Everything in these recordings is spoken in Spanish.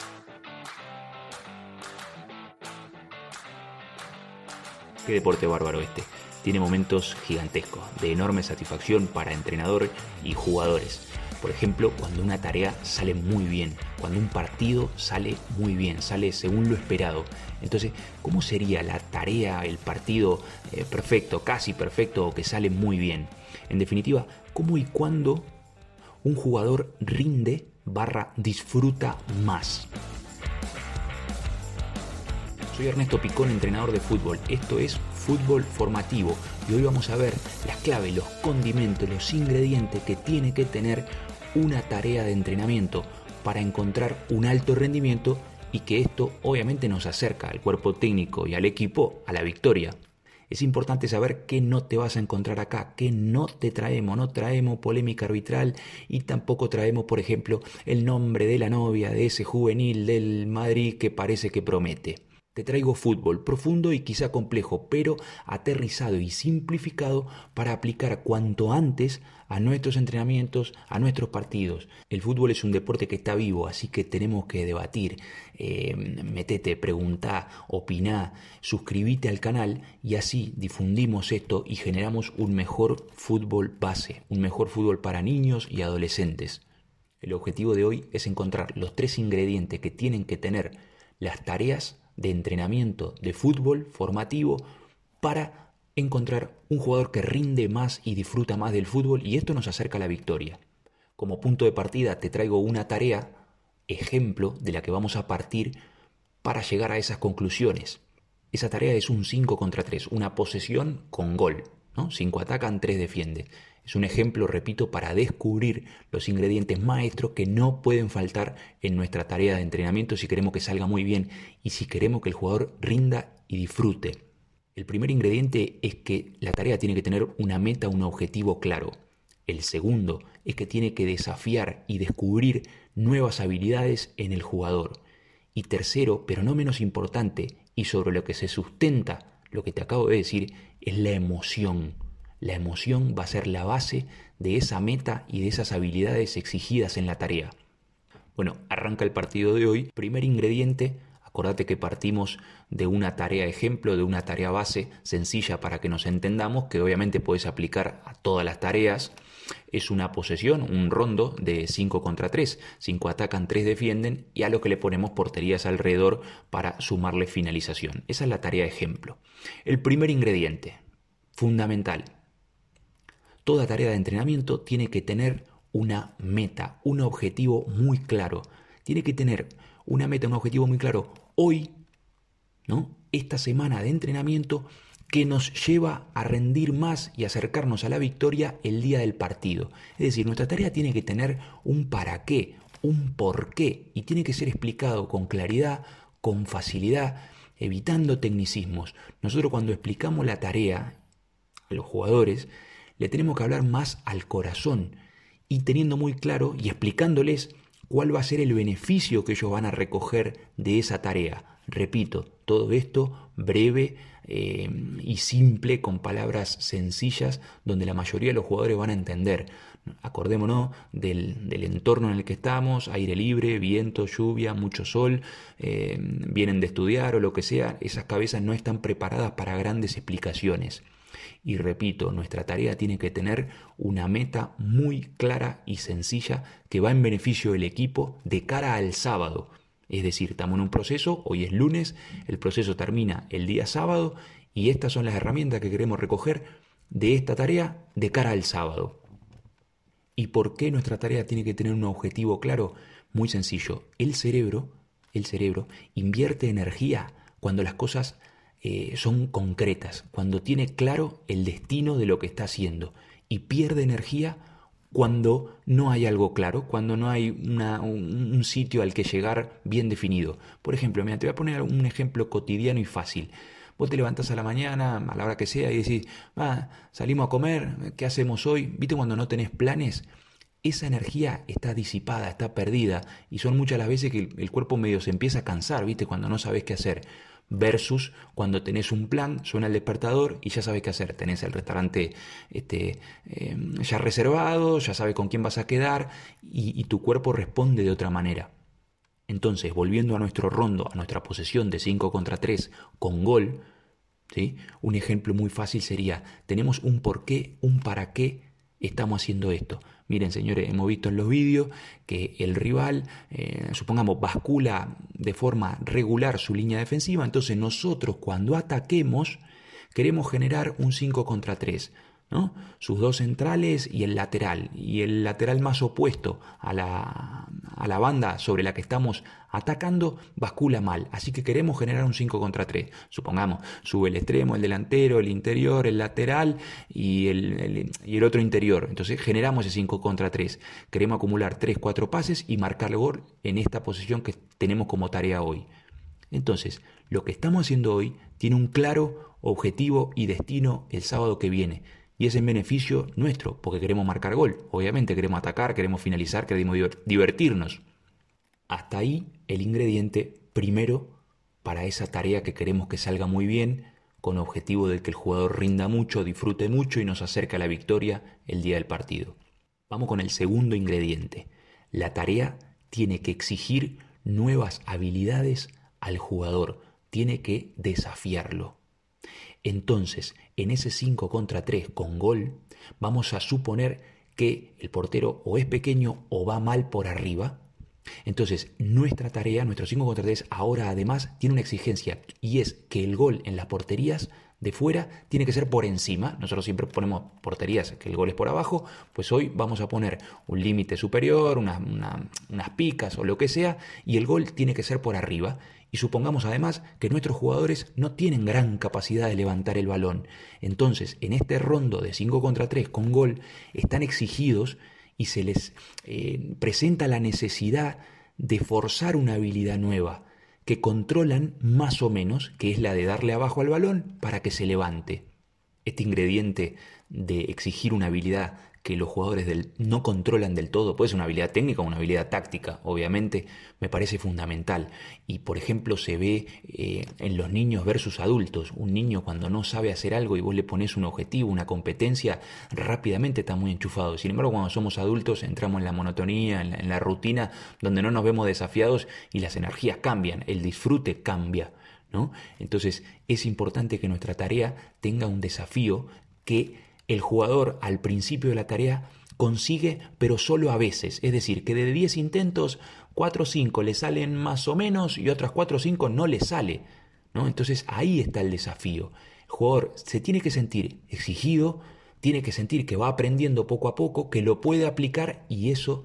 Qué deporte bárbaro este. Tiene momentos gigantescos, de enorme satisfacción para entrenador y jugadores. Por ejemplo, cuando una tarea sale muy bien, cuando un partido sale muy bien, sale según lo esperado. Entonces, ¿cómo sería la tarea, el partido perfecto, casi perfecto o que sale muy bien? En definitiva, ¿cómo y cuándo un jugador rinde / disfruta más? Soy Ernesto Picón, entrenador de fútbol. Esto es Fútbol Formativo y hoy vamos a ver las claves, los condimentos, los ingredientes que tiene que tener una tarea de entrenamiento para encontrar un alto rendimiento y que esto obviamente nos acerca al cuerpo técnico y al equipo a la victoria. Es importante saber qué no te vas a encontrar acá, qué no te traemos. No traemos polémica arbitral y tampoco traemos, por ejemplo, el nombre de la novia de ese juvenil del Madrid que parece que promete. Te traigo fútbol profundo y quizá complejo, pero aterrizado y simplificado para aplicar cuanto antes a nuestros entrenamientos, a nuestros partidos. El fútbol es un deporte que está vivo, así que tenemos que debatir. Metete, preguntá, opiná, suscribite al canal y así difundimos esto y generamos un mejor fútbol base, un mejor fútbol para niños y adolescentes. El objetivo de hoy es encontrar los 3 ingredientes que tienen que tener las tareas de entrenamiento de fútbol formativo para encontrar un jugador que rinde más y disfruta más del fútbol y esto nos acerca a la victoria. Como punto de partida te traigo una tarea, ejemplo de la que vamos a partir para llegar a esas conclusiones. Esa tarea es un 5 contra 3, una posesión con gol, ¿no? 5 atacan, 3 defienden. Es un ejemplo, repito, para descubrir los ingredientes maestros que no pueden faltar en nuestra tarea de entrenamiento si queremos que salga muy bien y si queremos que el jugador rinda y disfrute. El primer ingrediente es que la tarea tiene que tener una meta, un objetivo claro. El segundo es que tiene que desafiar y descubrir nuevas habilidades en el jugador. Y tercero, pero no menos importante, y sobre lo que se sustenta lo que te acabo de decir, es la emoción. La emoción va a ser la base de esa meta y de esas habilidades exigidas en la tarea. Bueno, arranca el partido de hoy. Primer ingrediente, acordate que partimos de una tarea ejemplo, de una tarea base sencilla para que nos entendamos, que obviamente puedes aplicar a todas las tareas. Es una posesión, un rondo de 5 contra 3. 5 atacan, 3 defienden y a lo que le ponemos porterías alrededor para sumarle finalización. Esa es la tarea ejemplo. El primer ingrediente, fundamental. Toda tarea de entrenamiento tiene que tener una meta, un objetivo muy claro. Tiene que tener una meta, un objetivo muy claro hoy, ¿no? Esta semana de entrenamiento que nos lleva a rendir más y acercarnos a la victoria el día del partido. Es decir, nuestra tarea tiene que tener un para qué, un por qué y tiene que ser explicado con claridad, con facilidad, evitando tecnicismos. Nosotros cuando explicamos la tarea a los jugadores, le tenemos que hablar más al corazón y teniendo muy claro y explicándoles cuál va a ser el beneficio que ellos van a recoger de esa tarea. Repito, todo esto breve y simple, con palabras sencillas, donde la mayoría de los jugadores van a entender. Acordémonos del entorno en el que estamos, aire libre, viento, lluvia, mucho sol, vienen de estudiar o lo que sea, esas cabezas no están preparadas para grandes explicaciones. Y repito, nuestra tarea tiene que tener una meta muy clara y sencilla que va en beneficio del equipo de cara al sábado. Es decir, estamos en un proceso, hoy es lunes, el proceso termina el día sábado y estas son las herramientas que queremos recoger de esta tarea de cara al sábado. ¿Y por qué nuestra tarea tiene que tener un objetivo claro? Muy sencillo, el cerebro invierte energía cuando las cosas son concretas, cuando tiene claro el destino de lo que está haciendo y pierde energía cuando no hay algo claro, cuando no hay un sitio al que llegar bien definido. Por ejemplo, mira, te voy a poner un ejemplo cotidiano y fácil. Vos te levantás a la mañana, a la hora que sea, y decís, salimos a comer, ¿qué hacemos hoy? ¿Viste cuando no tenés planes? Esa energía está disipada, está perdida, y son muchas las veces que el cuerpo medio se empieza a cansar, ¿viste? Cuando no sabés qué hacer. Versus cuando tenés un plan, suena el despertador y ya sabes qué hacer. Tenés el restaurante ya reservado, ya sabes con quién vas a quedar y tu cuerpo responde de otra manera. Entonces, volviendo a nuestro rondo, a nuestra posesión de 5 contra 3 con gol, ¿sí? Un ejemplo muy fácil sería, tenemos un por qué, un para qué estamos haciendo esto. Miren, señores, hemos visto en los vídeos que el rival, supongamos, bascula de forma regular su línea defensiva, entonces nosotros cuando ataquemos queremos generar un 5 contra 3. ¿No? Sus dos centrales y el lateral más opuesto a la banda sobre la que estamos atacando bascula mal, así que queremos generar un 5 contra 3, supongamos, sube el extremo, el delantero, el interior, el lateral y el otro interior, entonces generamos ese 5 contra 3, queremos acumular 3-4 pases y marcar el gol en esta posición que tenemos como tarea hoy. Entonces, lo que estamos haciendo hoy tiene un claro objetivo y destino el sábado que viene. Y es en beneficio nuestro, porque queremos marcar gol. Obviamente queremos atacar, queremos finalizar, queremos divertirnos. Hasta ahí el ingrediente primero para esa tarea que queremos que salga muy bien, con objetivo de que el jugador rinda mucho, disfrute mucho y nos acerque a la victoria el día del partido. Vamos con el segundo ingrediente. La tarea tiene que exigir nuevas habilidades al jugador, tiene que desafiarlo. Entonces, en ese 5 contra 3 con gol, vamos a suponer que el portero o es pequeño o va mal por arriba. Entonces, nuestra tarea, nuestro 5 contra 3, ahora además tiene una exigencia y es que el gol en las porterías de fuera tiene que ser por encima. Nosotros siempre ponemos porterías que el gol es por abajo, pues hoy vamos a poner un límite superior, unas picas o lo que sea, y el gol tiene que ser por arriba. Y supongamos además que nuestros jugadores no tienen gran capacidad de levantar el balón. Entonces, en este rondo de 5 contra 3 con gol, están exigidos y se les presenta la necesidad de forzar una habilidad nueva que controlan más o menos, que es la de darle abajo al balón para que se levante. Este ingrediente de exigir una habilidad que los jugadores no controlan del todo, puede ser una habilidad técnica o una habilidad táctica, obviamente, me parece fundamental. Y por ejemplo se ve en los niños versus adultos. Un niño cuando no sabe hacer algo y vos le pones un objetivo, una competencia, rápidamente está muy enchufado. Sin embargo, cuando somos adultos entramos en la monotonía, en la rutina, donde no nos vemos desafiados y las energías cambian, el disfrute cambia, ¿no? Entonces es importante que nuestra tarea tenga un desafío que el jugador al principio de la tarea consigue, pero solo a veces. Es decir, que de 10 intentos, 4 o 5 le salen más o menos y otras 4 o 5 no le sale, ¿no? Entonces ahí está el desafío. El jugador se tiene que sentir exigido, tiene que sentir que va aprendiendo poco a poco, que lo puede aplicar y eso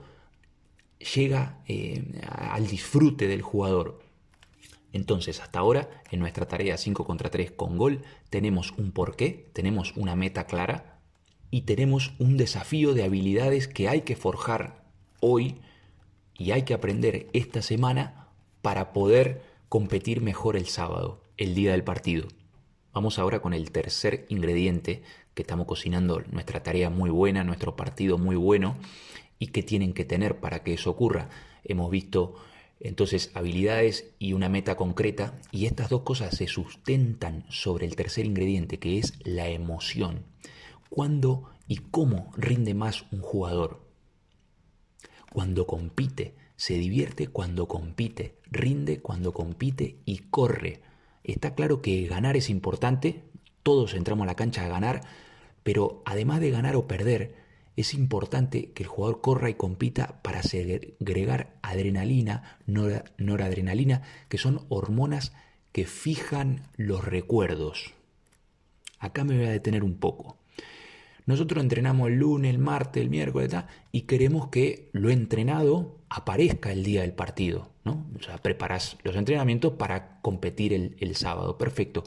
llega al disfrute del jugador. Entonces, hasta ahora, en nuestra tarea 5 contra 3 con gol, tenemos un porqué, tenemos una meta clara y tenemos un desafío de habilidades que hay que forjar hoy y hay que aprender esta semana para poder competir mejor el sábado, el día del partido. Vamos ahora con el tercer ingrediente que estamos cocinando, nuestra tarea muy buena, nuestro partido muy bueno y que tienen que tener para que eso ocurra. Hemos visto entonces habilidades y una meta concreta y estas dos cosas se sustentan sobre el tercer ingrediente que es la emoción. ¿Cuándo y cómo rinde más un jugador? Cuando compite, se divierte cuando compite, rinde cuando compite y corre. Está claro que ganar es importante, todos entramos a la cancha a ganar, pero además de ganar o perder, es importante que el jugador corra y compita para segregar adrenalina, noradrenalina, que son hormonas que fijan los recuerdos. Acá me voy a detener un poco. Nosotros entrenamos el lunes, el martes, el miércoles, y queremos que lo entrenado aparezca el día del partido, ¿no? O sea, preparas los entrenamientos para competir el sábado. Perfecto.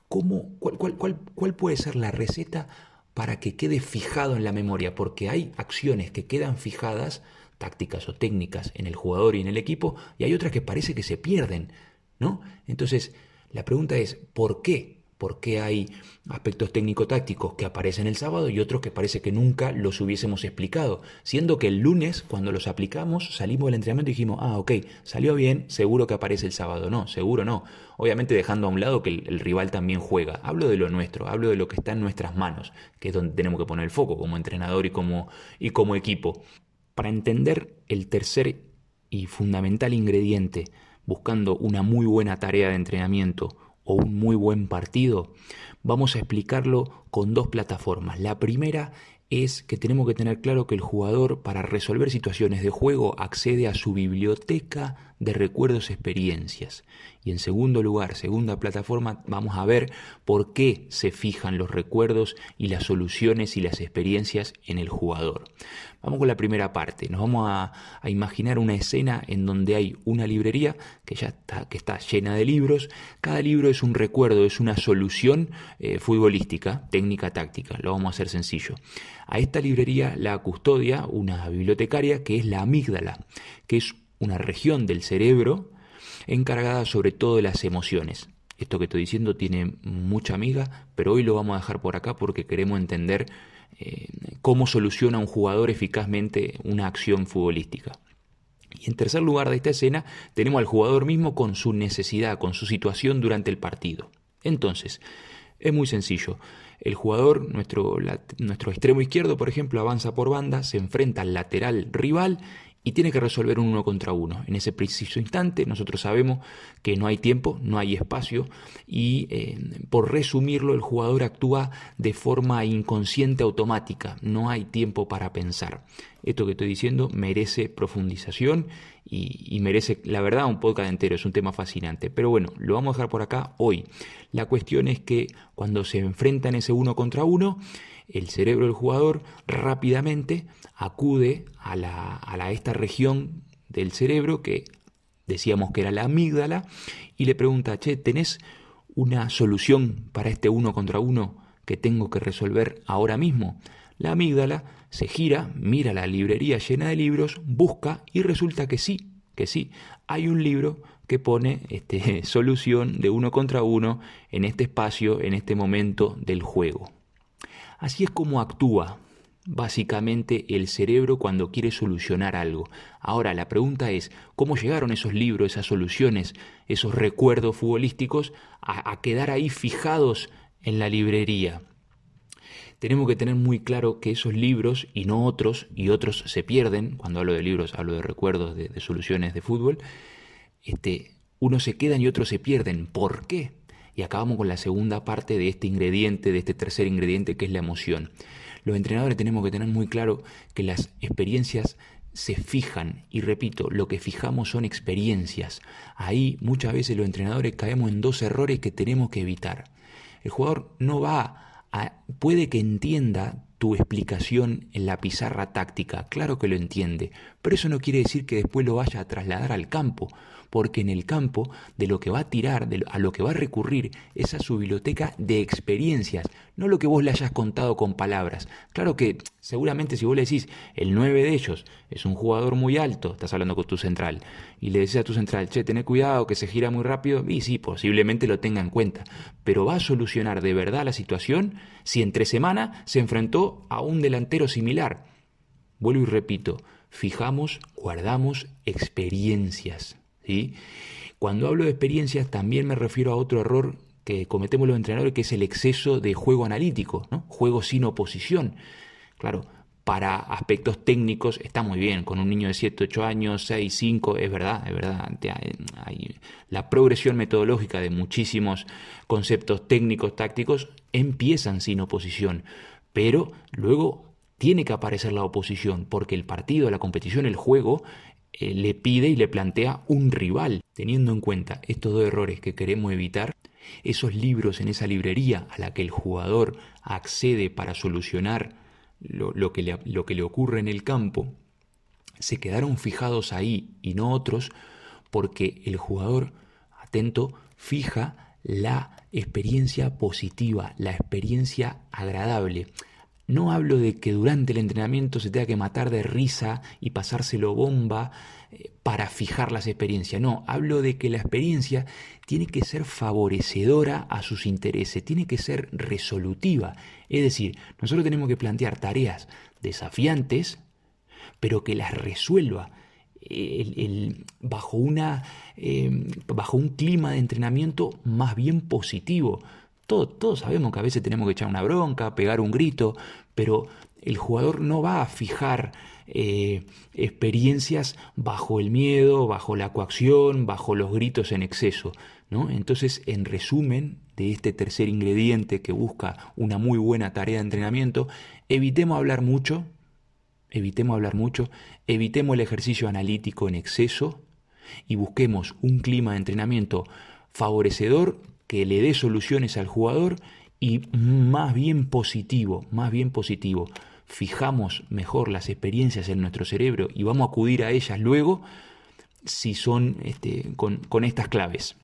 ¿Cuál puede ser la receta para que quede fijado en la memoria? Porque hay acciones que quedan fijadas, tácticas o técnicas, en el jugador y en el equipo, y hay otras que parece que se pierden, ¿no? Entonces, la pregunta es, ¿por qué? ¿Por qué hay aspectos técnico-tácticos que aparecen el sábado y otros que parece que nunca los hubiésemos explicado? Siendo que el lunes, cuando los aplicamos, salimos del entrenamiento y dijimos, ok, salió bien, seguro que aparece el sábado. No, seguro no. Obviamente dejando a un lado que el rival también juega. Hablo de lo nuestro, hablo de lo que está en nuestras manos, que es donde tenemos que poner el foco como entrenador y como equipo. Para entender el tercer y fundamental ingrediente buscando una muy buena tarea de entrenamiento o un muy buen partido, vamos a explicarlo con dos plataformas. La primera es que tenemos que tener claro que el jugador, para resolver situaciones de juego, accede a su biblioteca de recuerdos y experiencias. Y en segundo lugar, segunda plataforma, vamos a ver por qué se fijan los recuerdos y las soluciones y las experiencias en el jugador. Vamos con la primera parte. Nos vamos a imaginar una escena en donde hay una librería que está llena de libros. Cada libro es un recuerdo, es una solución futbolística, técnica, táctica. Lo vamos a hacer sencillo. A esta librería la custodia una bibliotecaria que es la amígdala, que es una región del cerebro encargada sobre todo de las emociones. Esto que estoy diciendo tiene mucha miga, pero hoy lo vamos a dejar por acá porque queremos entender cómo soluciona un jugador eficazmente una acción futbolística. Y en tercer lugar de esta escena tenemos al jugador mismo con su necesidad, con su situación durante el partido. Entonces, es muy sencillo. El jugador, nuestro extremo izquierdo, por ejemplo, avanza por banda, se enfrenta al lateral rival y tiene que resolver un 1 contra 1. En ese preciso instante nosotros sabemos que no hay tiempo, no hay espacio y por resumirlo el jugador actúa de forma inconsciente automática, no hay tiempo para pensar. Esto que estoy diciendo merece profundización y merece, la verdad, un podcast entero, es un tema fascinante. Pero bueno, lo vamos a dejar por acá hoy. La cuestión es que cuando se enfrentan ese 1 contra 1, el cerebro del jugador rápidamente acude a esta región del cerebro que decíamos que era la amígdala y le pregunta: che, ¿tenés una solución para este 1 contra 1 que tengo que resolver ahora mismo? La amígdala se gira, mira la librería llena de libros, busca y resulta que sí. Hay un libro que pone solución de 1 contra 1 en este espacio, en este momento del juego. Así es como actúa básicamente el cerebro cuando quiere solucionar algo. Ahora, la pregunta es, ¿cómo llegaron esos libros, esas soluciones, esos recuerdos futbolísticos a quedar ahí fijados en la librería? Tenemos que tener muy claro que esos libros y no otros, y otros se pierden. Cuando hablo de libros, hablo de recuerdos, de soluciones de fútbol. Unos se quedan y otros se pierden. ¿Por qué? Y acabamos con la segunda parte de este ingrediente, de este tercer ingrediente que es la emoción. Los entrenadores tenemos que tener muy claro que las experiencias se fijan, y repito, lo que fijamos son experiencias. Ahí muchas veces los entrenadores caemos en dos errores que tenemos que evitar. El jugador puede que entienda tu explicación en la pizarra táctica, claro que lo entiende, pero eso no quiere decir que después lo vaya a trasladar al campo, porque en el campo de lo que va a tirar, a lo que va a recurrir es a su biblioteca de experiencias, no lo que vos le hayas contado con palabras. Claro que seguramente si vos le decís, el 9 de ellos es un jugador muy alto, estás hablando con tu central, y le decís a tu central, che, tené cuidado que se gira muy rápido, y sí, posiblemente lo tenga en cuenta, pero va a solucionar de verdad la situación si entre semana se enfrentó a un delantero similar. Vuelvo y repito, fijamos, guardamos experiencias, ¿sí? Cuando hablo de experiencias también me refiero a otro error que cometemos los entrenadores, que es el exceso de juego analítico, ¿no? Juego sin oposición. Claro, para aspectos técnicos está muy bien, con un niño de 7, 8 años, 6, 5, es verdad. Hay la progresión metodológica de muchísimos conceptos técnicos, tácticos, empiezan sin oposición, pero luego tiene que aparecer la oposición, porque el partido, la competición, el juego le pide y le plantea un rival. Teniendo en cuenta estos dos errores que queremos evitar, esos libros en esa librería a la que el jugador accede para solucionar lo que le ocurre en el campo, se quedaron fijados ahí y no otros, porque el jugador, atento, fija la experiencia positiva, la experiencia agradable. No hablo de que durante el entrenamiento se tenga que matar de risa y pasárselo bomba para fijar las experiencias. No, hablo de que la experiencia tiene que ser favorecedora a sus intereses, tiene que ser resolutiva. Es decir, nosotros tenemos que plantear tareas desafiantes, pero que las resuelva bajo un clima de entrenamiento más bien positivo. Todos sabemos que a veces tenemos que echar una bronca, pegar un grito, pero el jugador no va a fijar experiencias bajo el miedo, bajo la coacción, bajo los gritos en exceso, ¿no? Entonces, en resumen de este tercer ingrediente que busca una muy buena tarea de entrenamiento, evitemos hablar mucho, evitemos el ejercicio analítico en exceso y busquemos un clima de entrenamiento favorecedor que le dé soluciones al jugador y más bien positivo. Fijamos mejor las experiencias en nuestro cerebro y vamos a acudir a ellas luego si son con estas claves.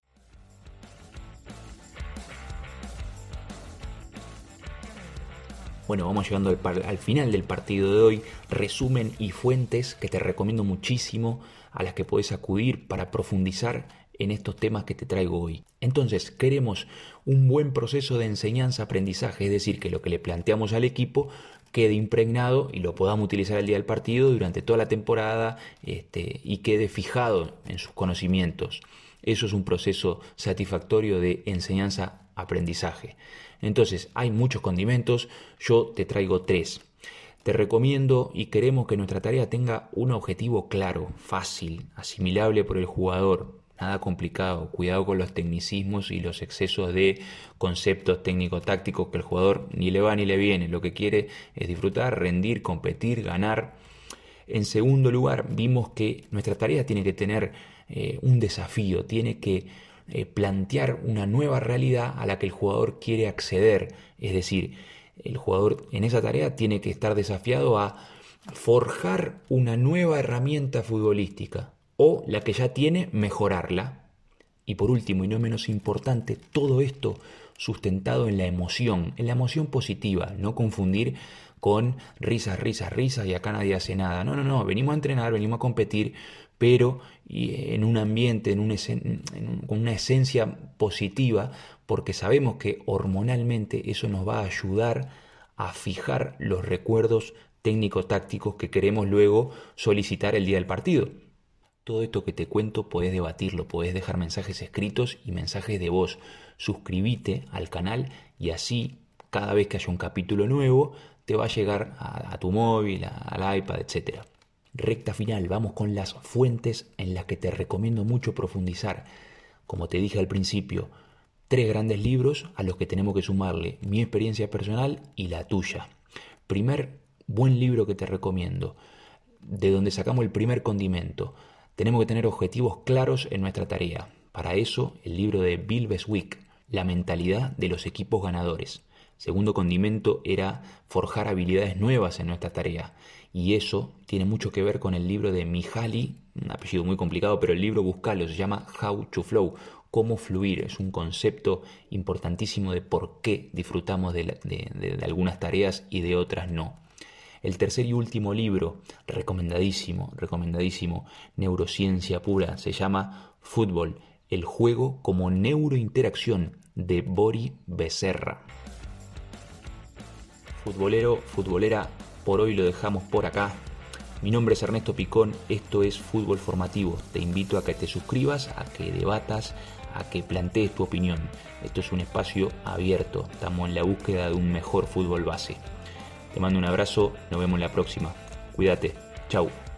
Bueno, vamos llegando al final del partido de hoy. Resumen y fuentes que te recomiendo muchísimo, a las que podés acudir para profundizar en estos temas que te traigo hoy. Entonces, queremos un buen proceso de enseñanza-aprendizaje, es decir, que lo que le planteamos al equipo quede impregnado y lo podamos utilizar el día del partido durante toda la temporada y quede fijado en sus conocimientos. Eso es un proceso satisfactorio de enseñanza-aprendizaje. Entonces, hay muchos condimentos, yo te traigo 3. Te recomiendo y queremos que nuestra tarea tenga un objetivo claro, fácil, asimilable por el jugador, nada complicado. Cuidado con los tecnicismos y los excesos de conceptos técnico-tácticos que el jugador ni le va ni le viene. Lo que quiere es disfrutar, rendir, competir, ganar. En segundo lugar, vimos que nuestra tarea tiene que tener un desafío, tiene que plantear una nueva realidad a la que el jugador quiere acceder. Es decir, el jugador en esa tarea tiene que estar desafiado a forjar una nueva herramienta futbolística o la que ya tiene, mejorarla. Y por último, y no menos importante, todo esto sustentado en la emoción positiva, no confundir con risas y acá nadie hace nada. No, venimos a entrenar, venimos a competir, pero en un ambiente, con una esencia positiva, porque sabemos que hormonalmente eso nos va a ayudar a fijar los recuerdos técnico-tácticos que queremos luego solicitar el día del partido. Todo esto que te cuento podés debatirlo, podés dejar mensajes escritos y mensajes de voz. Suscríbete al canal y así cada vez que haya un capítulo nuevo te va a llegar a tu móvil, al iPad, etc. Recta final, vamos con las fuentes en las que te recomiendo mucho profundizar. Como te dije al principio, 3 grandes libros a los que tenemos que sumarle mi experiencia personal y la tuya. Primer buen libro que te recomiendo, de donde sacamos el primer condimento. Tenemos que tener objetivos claros en nuestra tarea. Para eso, el libro de Bill Beswick, La mentalidad de los equipos ganadores. Segundo condimento era forjar habilidades nuevas en nuestra tarea. Y eso tiene mucho que ver con el libro de Mihaly, un apellido muy complicado, pero el libro buscalo, se llama How to Flow, cómo fluir. Es un concepto importantísimo de por qué disfrutamos de algunas tareas y de otras no. El tercer y último libro, recomendadísimo, neurociencia pura, se llama Fútbol, el juego como neurointeracción, de Bori Becerra. Futbolero, futbolera, por hoy lo dejamos por acá. Mi nombre es Ernesto Picón, esto es Fútbol Formativo. Te invito a que te suscribas, a que debatas, a que plantees tu opinión. Esto es un espacio abierto, estamos en la búsqueda de un mejor fútbol base. Te mando un abrazo, nos vemos la próxima. Cuídate, chau.